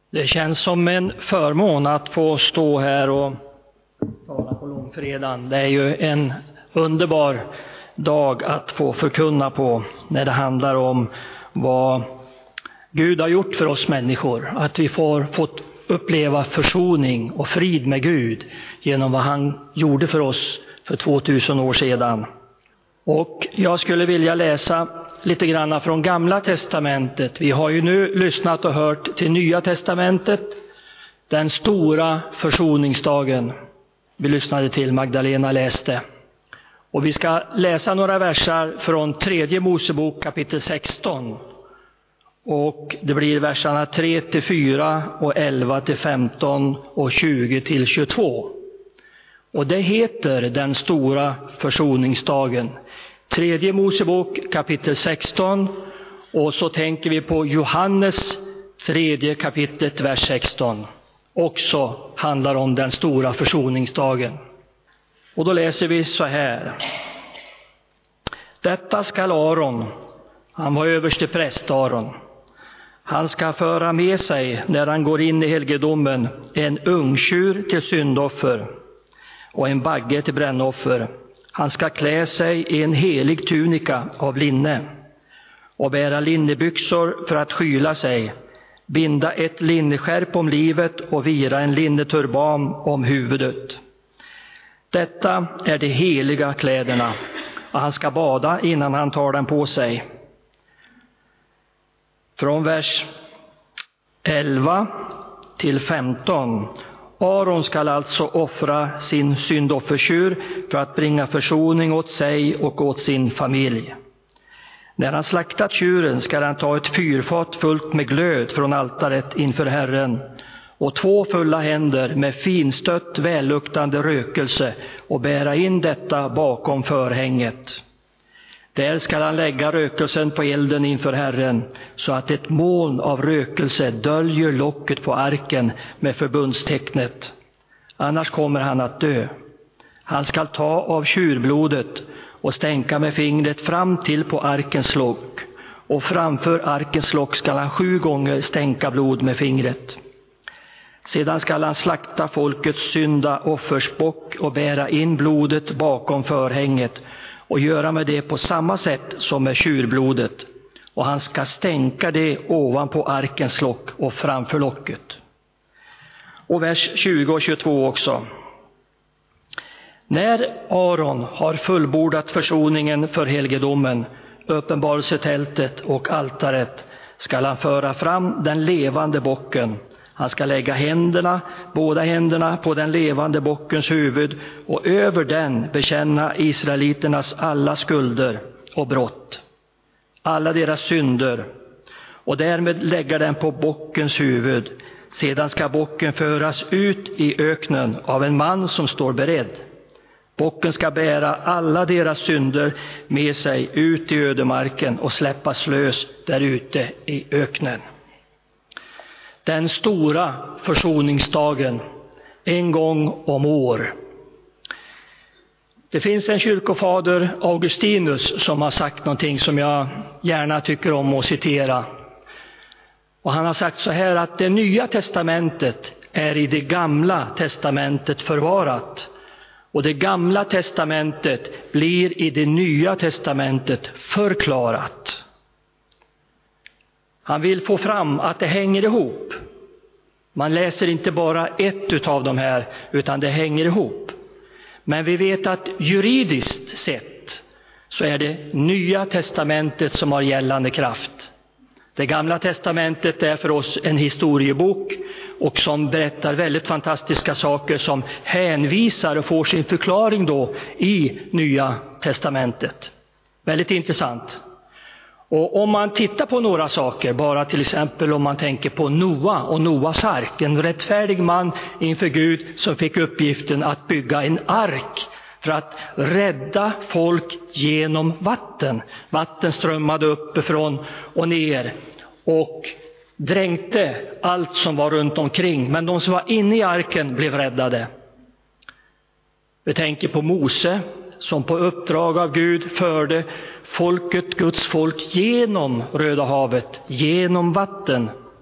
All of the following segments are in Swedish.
Det känns som en förmån att få stå här och tala på långfredagen. Det är ju en underbar dag att få förkunna på när det handlar om vad Gud har gjort för oss människor. Att vi fått uppleva försoning och frid med Gud genom vad han gjorde för oss för 2000 år sedan. Och jag skulle vilja läsa lite grann från Gamla testamentet. Vi har ju nu lyssnat och hört till Nya testamentet, den stora försoningsdagen. Vi lyssnade till, Magdalena läste. Och vi ska läsa några versar från 3 Mosebok kapitel 16. Och det blir verserna 3-4 och 11-15 och 20-22. Och det heter den stora försoningsdagen. 3 Mosebok kapitel 16, och så tänker vi på Johannes 3 kapitlet vers 16. Också handlar om den stora försoningsdagen. Och då läser vi så här. Detta skall Aron, han var överste präst Aron, han ska föra med sig när han går in i helgedomen en ungtjur till syndoffer och en bagge till brännoffer. Han ska klä sig i en helig tunika av linne och bära linnebyxor för att skyla sig, binda ett linneskärp om livet och vira en linneturban om huvudet. Detta är de heliga kläderna, och han ska bada innan han tar dem på sig. Från vers 11-15. Aron skall alltså offra sin syndoffertjur för att bringa försoning åt sig och åt sin familj. När han slaktat tjuren ska han ta ett fyrfat fullt med glöd från altaret inför Herren och 2 fulla händer med finstött välluktande rökelse och bära in detta bakom förhänget. Där ska han lägga rökelsen på elden inför Herren så att ett moln av rökelse döljer locket på arken med förbundstecknet. Annars kommer han att dö. Han ska ta av tjurblodet och stänka med fingret fram till på arkens lock, och framför arkens lock ska han 7 gånger stänka blod med fingret. Sedan ska han slakta folkets synda offersbock och bära in blodet bakom förhänget och göra med det på samma sätt som med tjurblodet. Och han ska stänka det ovanpå arkens lock och framför locket. Och vers 20 och 22 också. När Aron har fullbordat försoningen för helgedomen, uppenbarelsetältet och altaret, ska han föra fram den levande bocken. Han ska lägga båda händerna på den levande bockens huvud och över den bekänna israeliternas alla skulder och brott, alla deras synder, och därmed lägga den på bockens huvud. Sedan ska bocken föras ut i öknen av en man som står beredd. Bocken ska bära alla deras synder med sig ut i ödemarken och släppas lös där ute i öknen. Den stora försoningsdagen, en gång om år. Det finns en kyrkofader, Augustinus, som har sagt någonting som jag gärna tycker om att citera. Och han har sagt så här, att det nya testamentet är i det gamla testamentet förvarat. Och det gamla testamentet blir i det nya testamentet förklarat. Han vill få fram att det hänger ihop. Man läser inte bara ett utav de här, utan det hänger ihop. Men vi vet att juridiskt sett så är det nya testamentet som har gällande kraft. Det gamla testamentet är för oss en historiebok och som berättar väldigt fantastiska saker som hänvisar och får sin förklaring då i nya testamentet. Väldigt intressant. Och om man tittar på några saker, bara till exempel om man tänker på Noa och Noas ark, en rättfärdig man inför Gud som fick uppgiften att bygga en ark för att rädda folk genom vatten. Vatten strömmade uppifrån och ner och dränkte allt som var runt omkring, men de som var inne i arken blev räddade. Vi tänker på Mose som på uppdrag av Gud förde Guds folk genom Röda havet, genom vatten.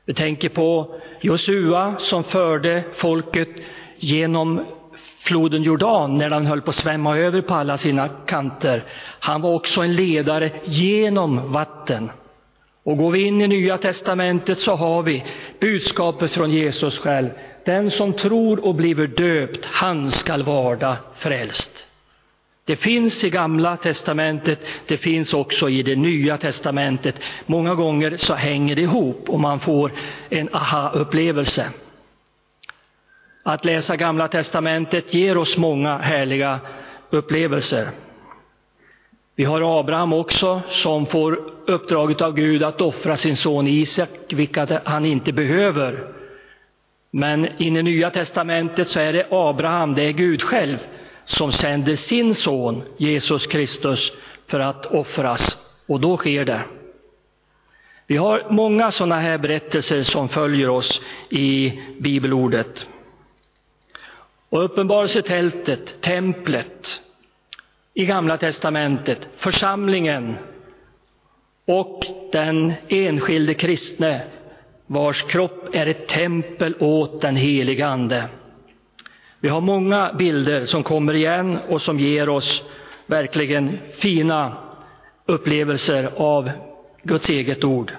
Vi tänker på Josua som förde folket genom floden Jordan när den höll på att svämma över på alla sina kanter. Han var också en ledare genom vatten. Och går vi in i Nya testamentet så har vi budskapet från Jesus själv. Den som tror och blir döpt, han skall vara frälst. Det finns i Gamla testamentet, det finns också i det Nya testamentet. Många gånger så hänger det ihop och man får en aha-upplevelse. Att läsa Gamla testamentet ger oss många härliga upplevelser. Vi har Abraham också som får uppdraget av Gud att offra sin son Isak, vilket han inte behöver. Men i det Nya testamentet så är det Abraham, det är Gud själv, som sänder sin son Jesus Kristus för att offras. Och då sker det. Vi har många sådana här berättelser som följer oss i bibelordet. Och uppenbarelsetältet, templet i Gamla testamentet, församlingen och den enskilde kristne vars kropp är ett tempel åt den heliga ande. Vi har många bilder som kommer igen och som ger oss verkligen fina upplevelser av Guds eget ord.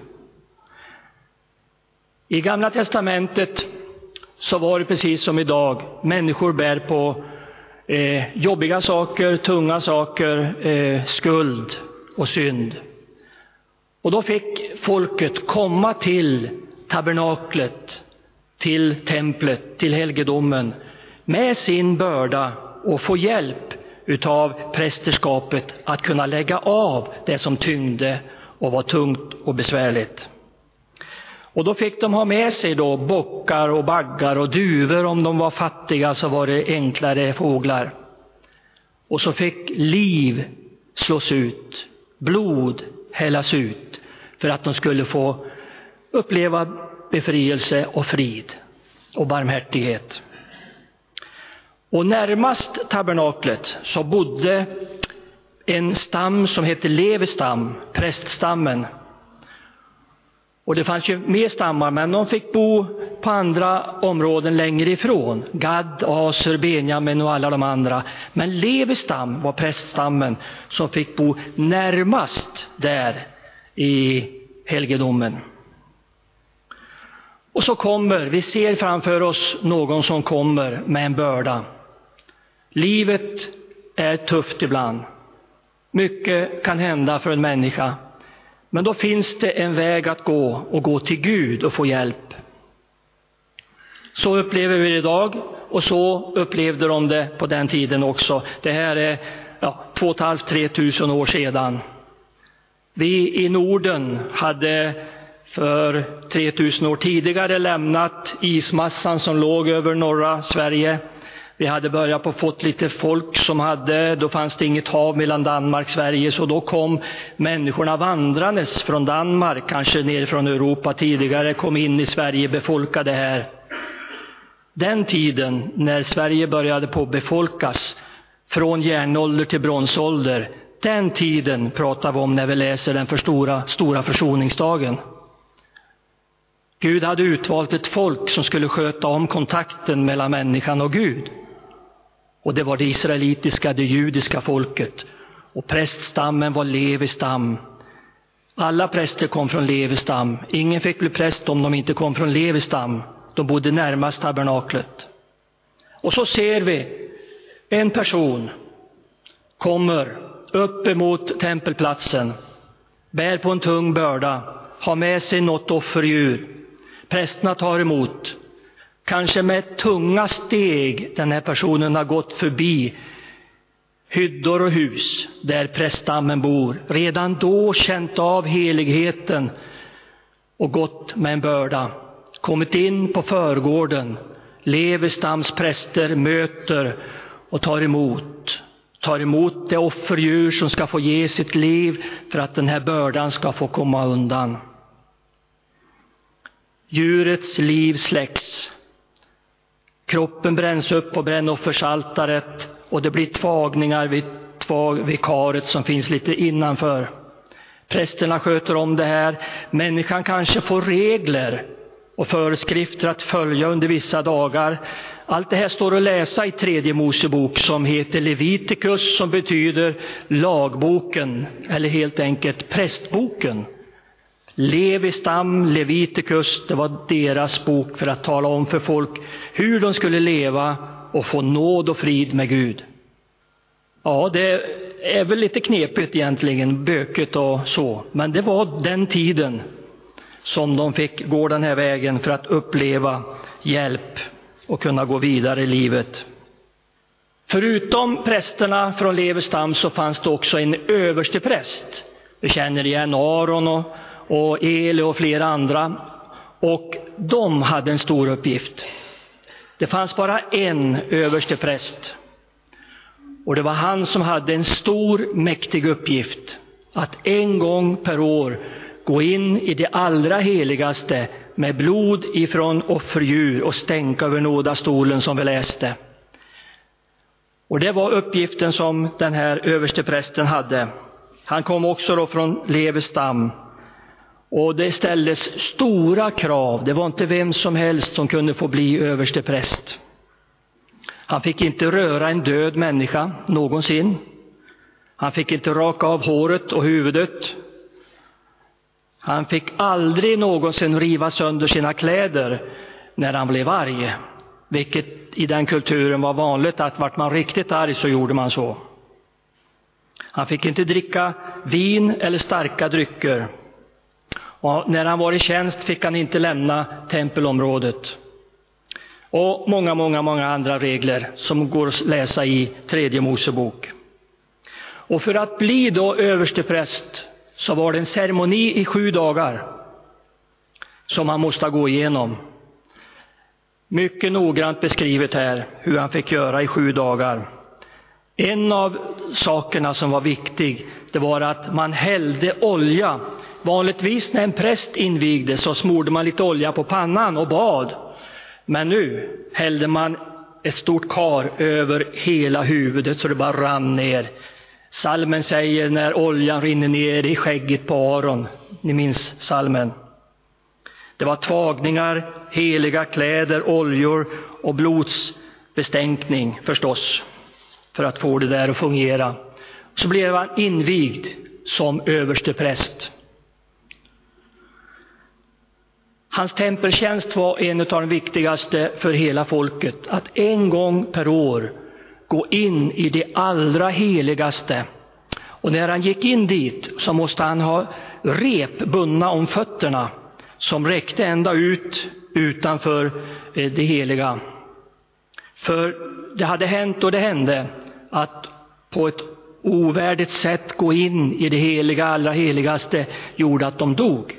I Gamla testamentet så var det precis som idag. Människor bär på jobbiga saker, tunga saker, skuld och synd. Och då fick folket komma till tabernaklet, till templet, till helgedomen med sin börda och få hjälp utav prästerskapet att kunna lägga av det som tyngde och var tungt och besvärligt. Och då fick de ha med sig då bockar och baggar och duvor. Om de var fattiga så var det enklare fåglar. Och så fick liv slås ut, blod hällas ut för att de skulle få uppleva befrielse och frid och barmhärtighet. Och närmast tabernaklet så bodde en stam som hette Levistam, präststammen. Och det fanns ju mer stammar, men de fick bo på andra områden längre ifrån. Gad, Aser, Benjamin och alla de andra. Men Levistam var präststammen som fick bo närmast där i helgedomen. Och så vi ser framför oss någon som kommer med en börda. Livet är tufft ibland. Mycket kan hända för en människa. Men då finns det en väg att gå och gå till Gud och få hjälp. Så upplever vi det idag och så upplevde de det på den tiden också. Det här är 2,5-3 000 år sedan. Vi i Norden hade för 3 000 år tidigare lämnat ismassan som låg över norra Sverige. Vi hade börjat på fått lite folk då fanns det inget hav mellan Danmark och Sverige, så då kom människorna vandrandes från Danmark, kanske ner från Europa tidigare, kom in i Sverige, befolkade här. Den tiden när Sverige började på befolkas från järnålder till bronsålder, den tiden pratar vi om när vi läser den stora försoningsdagen. Gud hade utvalt ett folk som skulle sköta om kontakten mellan människan och Gud. Och det var det israelitiska, det judiska folket. Och präststammen var Levistam. Alla präster kom från Levistam. Ingen fick bli präst om de inte kom från Levistam. De bodde närmast tabernaklet. Och så ser vi en person kommer upp emot tempelplatsen, bär på en tung börda, har med sig något offerdjur. Prästerna tar emot. Kanske med tunga steg den här personen har gått förbi hyddor och hus där präststammen bor. Redan då känt av heligheten och gått med en börda. Kommit in på förgården. Levistams präster möter och tar emot det offerdjur som ska få ge sitt liv för att den här bördan ska få komma undan. Djurets liv släcks. Kroppen bränns upp på brännoffersaltaret och det blir tvagningar vid karet som finns lite innanför. Prästerna sköter om det här. Människan kanske får regler och föreskrifter att följa under vissa dagar. Allt det här står att läsa i 3 Mosebok som heter Levitikus, som betyder lagboken eller helt enkelt prästboken. Levi stam, Levitikus, det var deras bok för att tala om för folk hur de skulle leva och få nåd och frid med Gud. Ja, det är väl lite knepigt egentligen, böket och så. Men det var den tiden som de fick gå den här vägen för att uppleva hjälp och kunna gå vidare i livet. Förutom prästerna från Levi stam så fanns det också en överstepräst. Vi känner igen Aron och Eli och flera andra. Och de hade en stor uppgift. Det fanns bara en överstepräst. Och det var han som hade en stor, mäktig uppgift. Att en gång per år gå in i det allra heligaste med blod ifrån offerdjur och stänka över nådastolen som vi läste. Och det var uppgiften som den här översteprästen hade. Han kom också då från Levi stam. Och det ställdes stora krav. Det var inte vem som helst som kunde få bli överstepräst. Han fick inte röra en död människa någonsin. Han fick inte raka av håret och huvudet. Han fick aldrig någonsin riva sönder sina kläder när han blev arg. Vilket i den kulturen var vanligt, att vart man riktigt arg så gjorde man så. Han fick inte dricka vin eller starka drycker. Och när han var i tjänst fick han inte lämna tempelområdet. Och många andra regler som går att läsa i 3 Mosebok. Och för att bli då överstepräst så var det en ceremoni i 7 dagar som han måste gå igenom. Mycket noggrant beskrivet här hur han fick göra i 7 dagar. En av sakerna som var viktig, det var att man hällde olja. Vanligtvis när en präst invigdes så smorde man lite olja på pannan och bad. Men nu hällde man ett stort kar över hela huvudet så det bara rann ner. Salmen säger när oljan rinner ner i skägget på Aron. Ni minns salmen. Det var tvagningar, heliga kläder, oljor och blodsbestänkning förstås. För att få det där att fungera. Så blev han invigd som överstepräst. Hans tempeltjänst var en av de viktigaste för hela folket. Att en gång per år gå in i det allra heligaste. Och när han gick in dit så måste han ha rep bundna om fötterna som räckte ända ut utanför det heliga. För det hade hänt och det hände att på ett ovärdigt sätt gå in i det heliga, allra heligaste gjorde att de dog.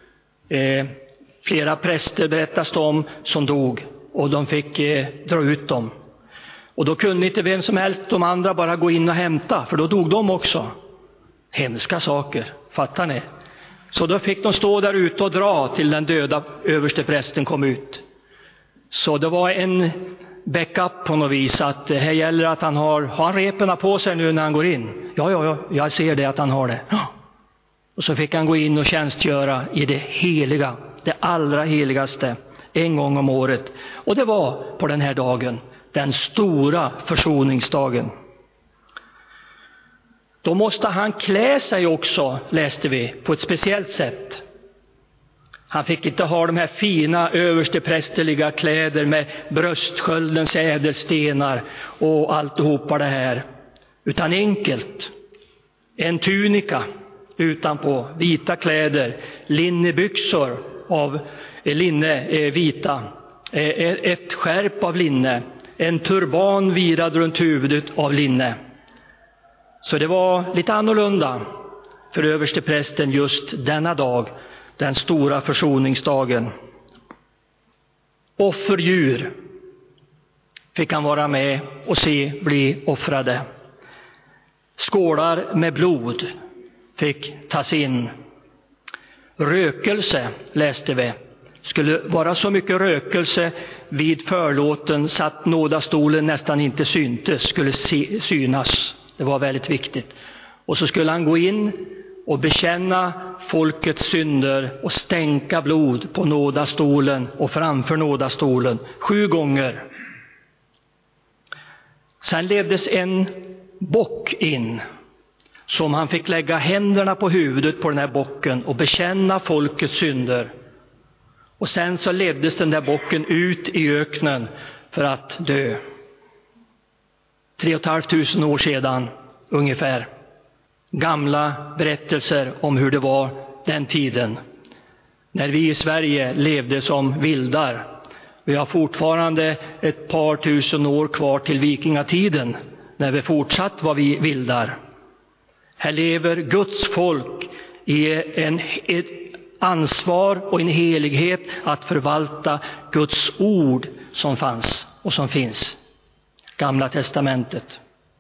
Flera präster berättas om som dog och de fick dra ut dem. Och då kunde inte vem som helst de andra bara gå in och hämta, för då dog de också. Hemska saker, fattar ni? Så då fick de stå där ute och dra till den döda översteprästen kom ut. Så det var en backup på något vis att här gäller att han har reperna på sig nu när han går in. Ja, jag ser det att han har det. Och så fick han gå in och tjänstgöra i det heliga, det allra heligaste, en gång om året. Och det var på den här dagen, den stora försoningsdagen. Då måste han klä sig också, läste vi, på ett speciellt sätt. Han fick inte ha de här fina översteprästerliga kläder med bröstsköldens ädelstenar och alltihopa det här. Utan enkelt. En tunika utanpå, vita kläder, linnebyxor av linne vita, ett skärp av linne, en turban virad runt huvudet av linne. Så det var lite annorlunda för översteprästen just denna dag, den stora försoningsdagen. Offerdjur fick han vara med och se bli offrade. Skålar med blod fick tas in. Rökelse, läste vi, skulle vara så mycket rökelse vid förlåten så att nådastolen nästan inte syntes, skulle synas. Det var väldigt viktigt. Och så skulle han gå in och bekänna folkets synder och stänka blod på nådastolen och framför nådastolen 7 gånger. Sen leddes en bock in som han fick lägga händerna på huvudet på den här bocken och bekänna folkets synder. Och sen så leddes den där bocken ut i öknen för att dö. 3 500 år sedan ungefär. Gamla berättelser om hur det var den tiden. När vi i Sverige levde som vildar. Vi har fortfarande ett par tusen år kvar till vikingatiden. När vi fortsatt var vi vildar. Här lever Guds folk i ett ansvar och en helighet att förvalta Guds ord som fanns och som finns. Gamla testamentet.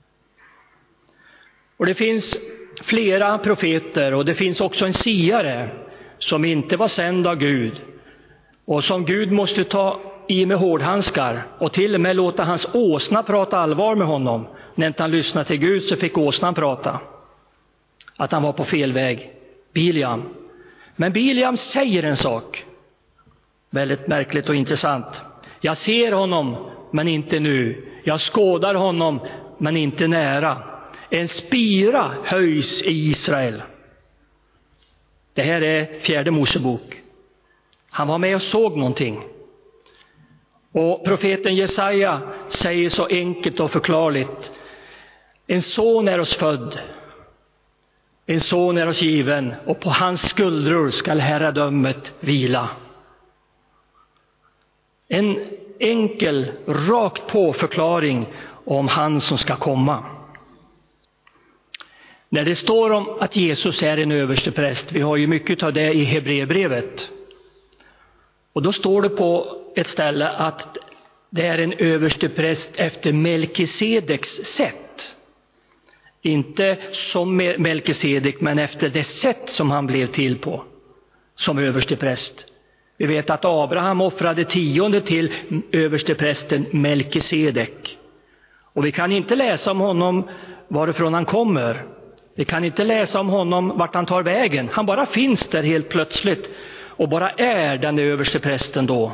Och det finns flera profeter och det finns också en siare som inte var sänd av Gud och som Gud måste ta i med hårdhandskar och till och med låta hans åsna prata allvar med honom. När inte han lyssnade till Gud så fick åsnan prata. Att han var på fel väg. Biliam. Men Biliam säger en sak. Väldigt märkligt och intressant. Jag ser honom men inte nu. Jag skådar honom men inte nära. En spira höjs i Israel. Det här är 4:e Mosebok. Han var med och såg någonting. Och profeten Jesaja säger så enkelt och förklarligt. En son är oss född. En son är oss given. Och på hans skuldror skall herradömet vila. En enkel, rakt på förklaring om han som ska komma. När det står om att Jesus är en överstepräst, vi har ju mycket av det i Hebreerbrevet. Och då står det på ett ställe att det är en överstepräst efter Melkisedeks sätt. Inte som Melkisedek, men efter det sätt som han blev till på som överstepräst. Vi vet att Abraham offrade 10:e till översteprästen Melkisedek. Och vi kan inte läsa om honom varifrån han kommer. Vi kan inte läsa om honom vart han tar vägen. Han bara finns där helt plötsligt och bara är den översteprästen då.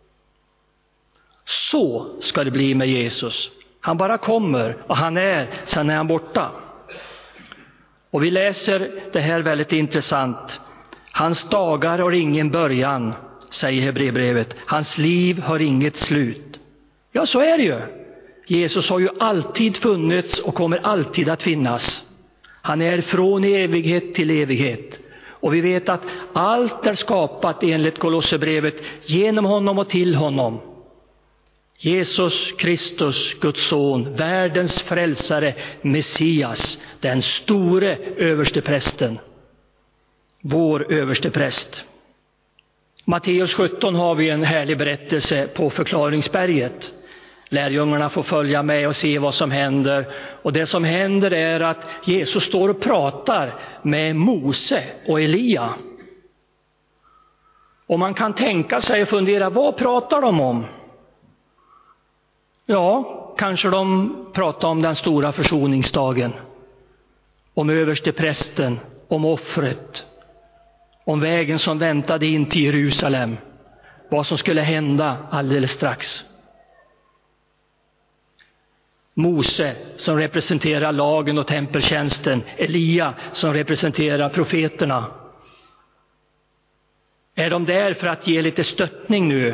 Så ska det bli med Jesus. Han bara kommer och han är, sen är han borta. Och vi läser det här väldigt intressant. Hans dagar har ingen början, säger Hebreerbrevet. Hans liv har inget slut. Ja, så är det ju. Jesus har ju alltid funnits och kommer alltid att finnas. Han är från evighet till evighet. Och vi vet att allt är skapat enligt Kolosserbrevet genom honom och till honom. Jesus Kristus, Guds son, världens frälsare, Messias, den store översteprästen. Vår överstepräst. Matteus 17 har vi en härlig berättelse på förklaringsberget. Lärjungarna får följa med och se vad som händer. Och det som händer är att Jesus står och pratar med Mose och Elia. Och man kan tänka sig och fundera, vad pratar de om? Ja, kanske de pratar om den stora försoningsdagen. Om översteprästen, om offret. Om vägen som väntade in till Jerusalem. Vad som skulle hända alldeles strax. Mose som representerar lagen och tempeltjänsten. Elia som representerar profeterna. Är de där för att ge lite stöttning nu?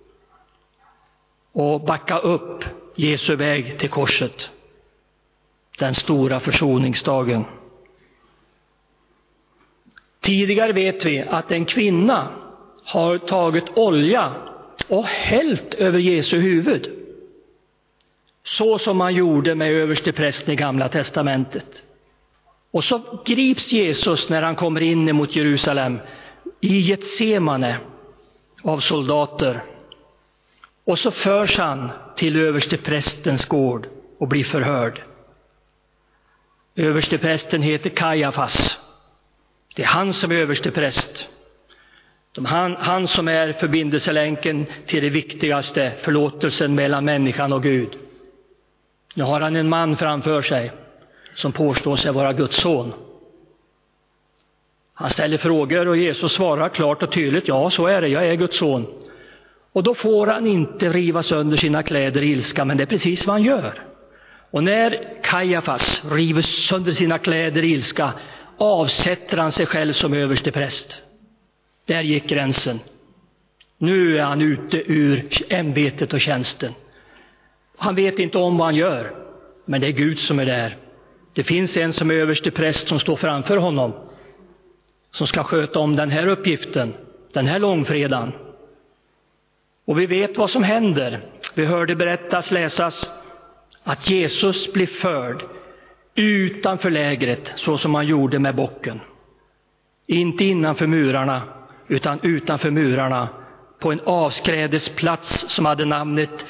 Och backa upp Jesu väg till korset. Den stora försoningsdagen. Tidigare vet vi att en kvinna har tagit olja och hällt över Jesu huvud. Så som man gjorde med översteprästen i Gamla testamentet. Och så grips Jesus när han kommer in mot Jerusalem i Getsemane av soldater. Och så förs han till översteprästens gård och blir förhörd. Översteprästen heter Kajafas. Det är han som är överstepräst. Han som är förbindelselänken till det viktigaste, förlåtelsen mellan människan och Gud. Nu har han en man framför sig som påstår sig vara Guds son. Han ställer frågor och Jesus svarar klart och tydligt: ja, så är det, jag är Guds son. Och då får han inte riva sönder sina kläder i ilska, men det är precis vad han gör. Och när Kajafas river sönder sina kläder i ilska avsätter han sig själv som överstepräst. Där gick gränsen. Nu är han ute ur ämbetet och tjänsten. Han vet inte om vad han gör, men det är Gud som är där. Det finns en som är överstepräst som står framför honom, som ska sköta om den här uppgiften, den här långfredagen. Och vi vet vad som händer. Vi hörde berättas, läsas, att Jesus blir förd utanför lägret så som han gjorde med bocken. Inte innanför murarna, utan utanför murarna, på en avskrädesplats som hade namnet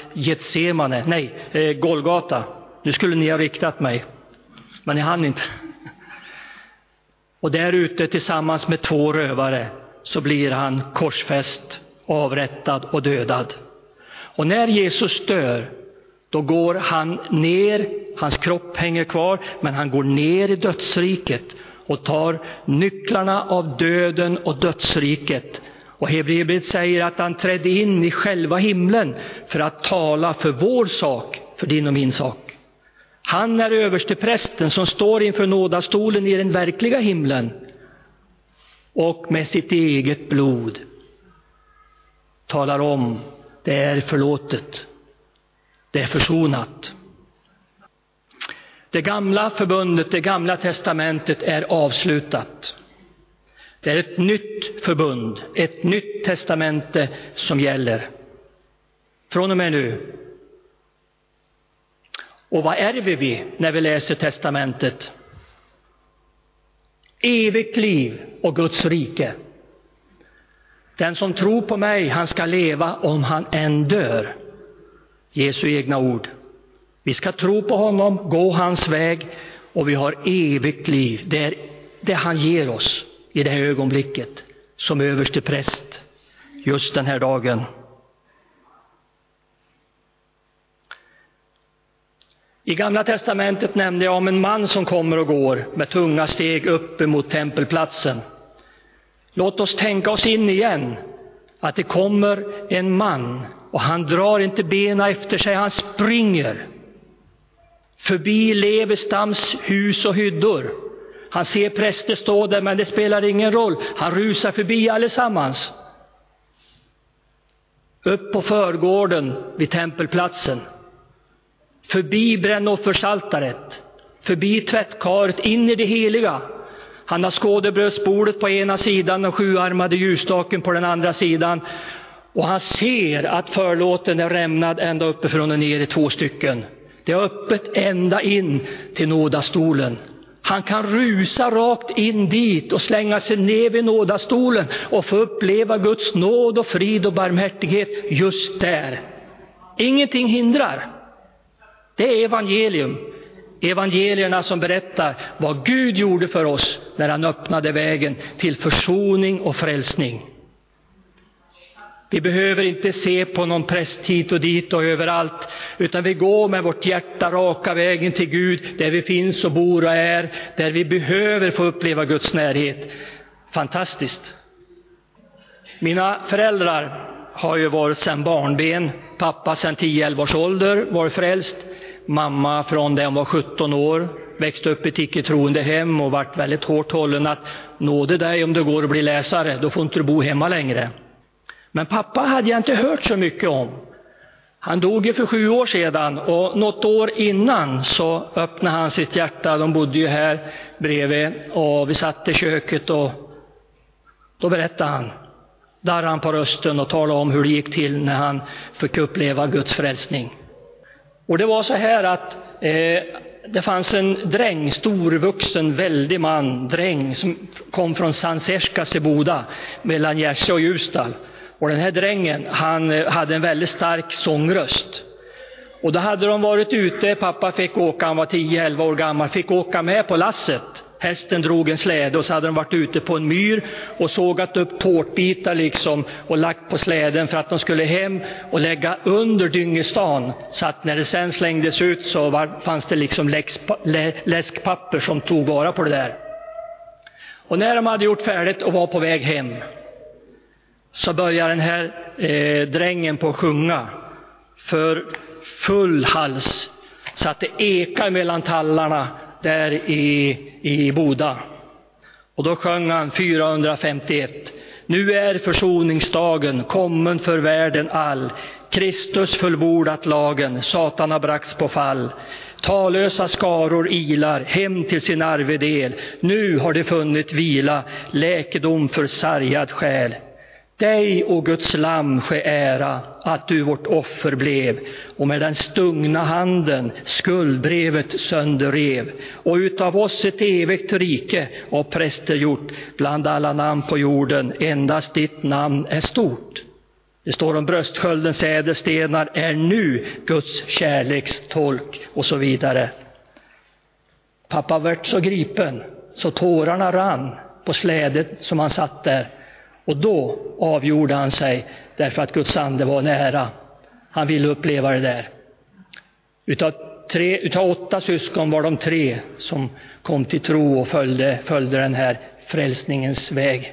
Golgata. Nu skulle ni ha riktat mig, men ni hann inte. Och där ute tillsammans med 2 rövare så blir han korsfäst, avrättad och dödad. Och när Jesus dör, då går han ner, hans kropp hänger kvar, men han går ner i dödsriket och tar nycklarna av döden och dödsriket. Och Hebreerbrevet säger att han trädde in i själva himlen för att tala för vår sak, för din och min sak. Han är översteprästen som står inför nådastolen i den verkliga himlen och med sitt eget blod talar om: det är förlåtet, det är försonat. Det gamla förbundet, det gamla testamentet är avslutat. Det är ett nytt förbund, ett nytt testamente som gäller från och med nu. Och vad ärver vi när vi läser testamentet? Evigt liv och Guds rike. Den som tror på mig, han ska leva om han än dör. Jesu egna ord. Vi ska tro på honom, gå hans väg, och vi har evigt liv. Det är det han ger oss i det här ögonblicket som överste präst just den här dagen. I Gamla testamentet nämnde jag om en man som kommer och går med tunga steg upp mot tempelplatsen. Låt oss tänka oss in igen att det kommer en man och han drar inte benen efter sig, han springer förbi Levestams hus och hyddor. Han ser präster stå där, men det spelar ingen roll. Han rusar förbi allesammans. Upp på förgården vid tempelplatsen. Förbi brännoffersaltaret. Förbi tvättkaret, in i det heliga. Han har skådebrödsbordet på ena sidan och 7-armade ljusstaken på den andra sidan. Och han ser att förlåten är rämnad ända uppifrån och ner i 2 stycken. Det är öppet ända in till nådastolen. Han kan rusa rakt in dit och slänga sig ner vid nådastolen och få uppleva Guds nåd och frid och barmhärtighet just där. Ingenting hindrar. Det är evangelium. Evangelierna som berättar vad Gud gjorde för oss när han öppnade vägen till försoning och frälsning. Vi behöver inte se på någon präst hit och dit och överallt, utan vi går med vårt hjärta raka vägen till Gud, där vi finns och bor och är, där vi behöver få uppleva Guds närhet. Fantastiskt. Mina föräldrar har ju varit sedan barnben. Pappa sedan 10-11 års ålder var frälst. Mamma från det hon var 17 år. Växte upp i ett icke-troende hem och vart väldigt hårt hållen att nåde dig om du går och blir läsare. Då får inte du bo hemma längre. Men pappa hade jag inte hört så mycket om. Han dog ju för 7 år sedan och något år innan så öppnade han sitt hjärta. De bodde ju här bredvid och vi satt i köket och då berättade han. Darrade han på rösten och talade om hur det gick till när han fick uppleva Guds frälsning. Och det var så här att det fanns en dräng, storvuxen, väldig man, dräng som kom från Sanserska i Boda mellan Gärse och Ljusdal. Och den här drängen, han hade en väldigt stark sångröst. Och då hade de varit ute, pappa fick åka, han var 10-11 år gammal, fick åka med på lasset. Hästen drog en släde och så hade de varit ute på en myr och sågat upp tårtbitar liksom och lagt på släden för att de skulle hem och lägga under dyngestan. Så att när det sen slängdes ut så fanns det liksom läskpapper som tog vara på det där. Och när de hade gjort färdigt och var på väg hem, så börjar den här drängen på att sjunga för full hals, så att det ekar mellan tallarna där i Boda. Och då sjöng han 451. Nu är försoningsdagen kommen för världen all. Kristus fullbordat lagen, Satan har bragts på fall. Talösa skaror ilar hem till sin arvedel. Nu har det funnit vila, läkedom för sargad själ. Dig, o Guds lamm, ske ära, att du vårt offer blev, och med den stungna handen skuldbrevet sönderrev, och utav oss ett evigt rike och präster gjort, bland alla namn på jorden endast ditt namn är stort. Det står om bröstsköldens ädelstenar är nu Guds kärlekstolk, och så vidare. Pappa vart så gripen så tårarna rann på slädet som han satt där. Och då avgjorde han sig, därför att Guds ande var nära. Han ville uppleva det där. Utav 8 syskon var de 3 som kom till tro och följde den här frälsningens väg.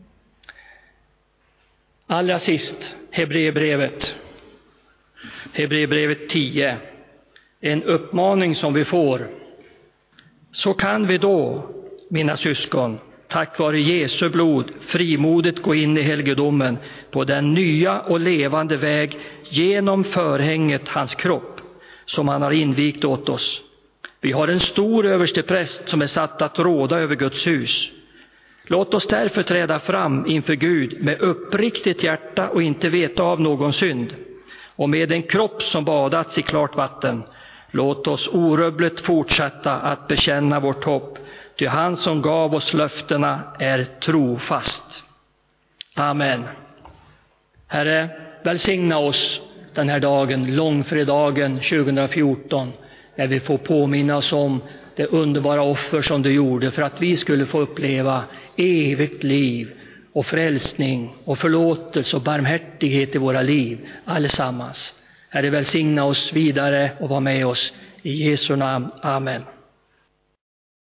Allra sist, Hebreerbrevet 10. En uppmaning som vi får. Så kan vi då, mina syskon, tack vare Jesu blod frimodigt gå in i helgedomen på den nya och levande väg genom förhänget hans kropp som han har invigt åt oss. Vi har en stor överstepräst som är satt att råda över Guds hus. Låt oss därför träda fram inför Gud med uppriktigt hjärta och inte veta av någon synd, och med en kropp som badats i klart vatten. Låt oss orubbligt fortsätta att bekänna vårt hopp, ty han som gav oss löftena är trofast. Amen. Herre, välsigna oss den här dagen, långfredagen 2014, när vi får påminna oss om det underbara offer som du gjorde för att vi skulle få uppleva evigt liv och frälsning och förlåtelse och barmhärtighet i våra liv allesammans. Herre, välsigna oss vidare och var med oss. I Jesu namn. Amen.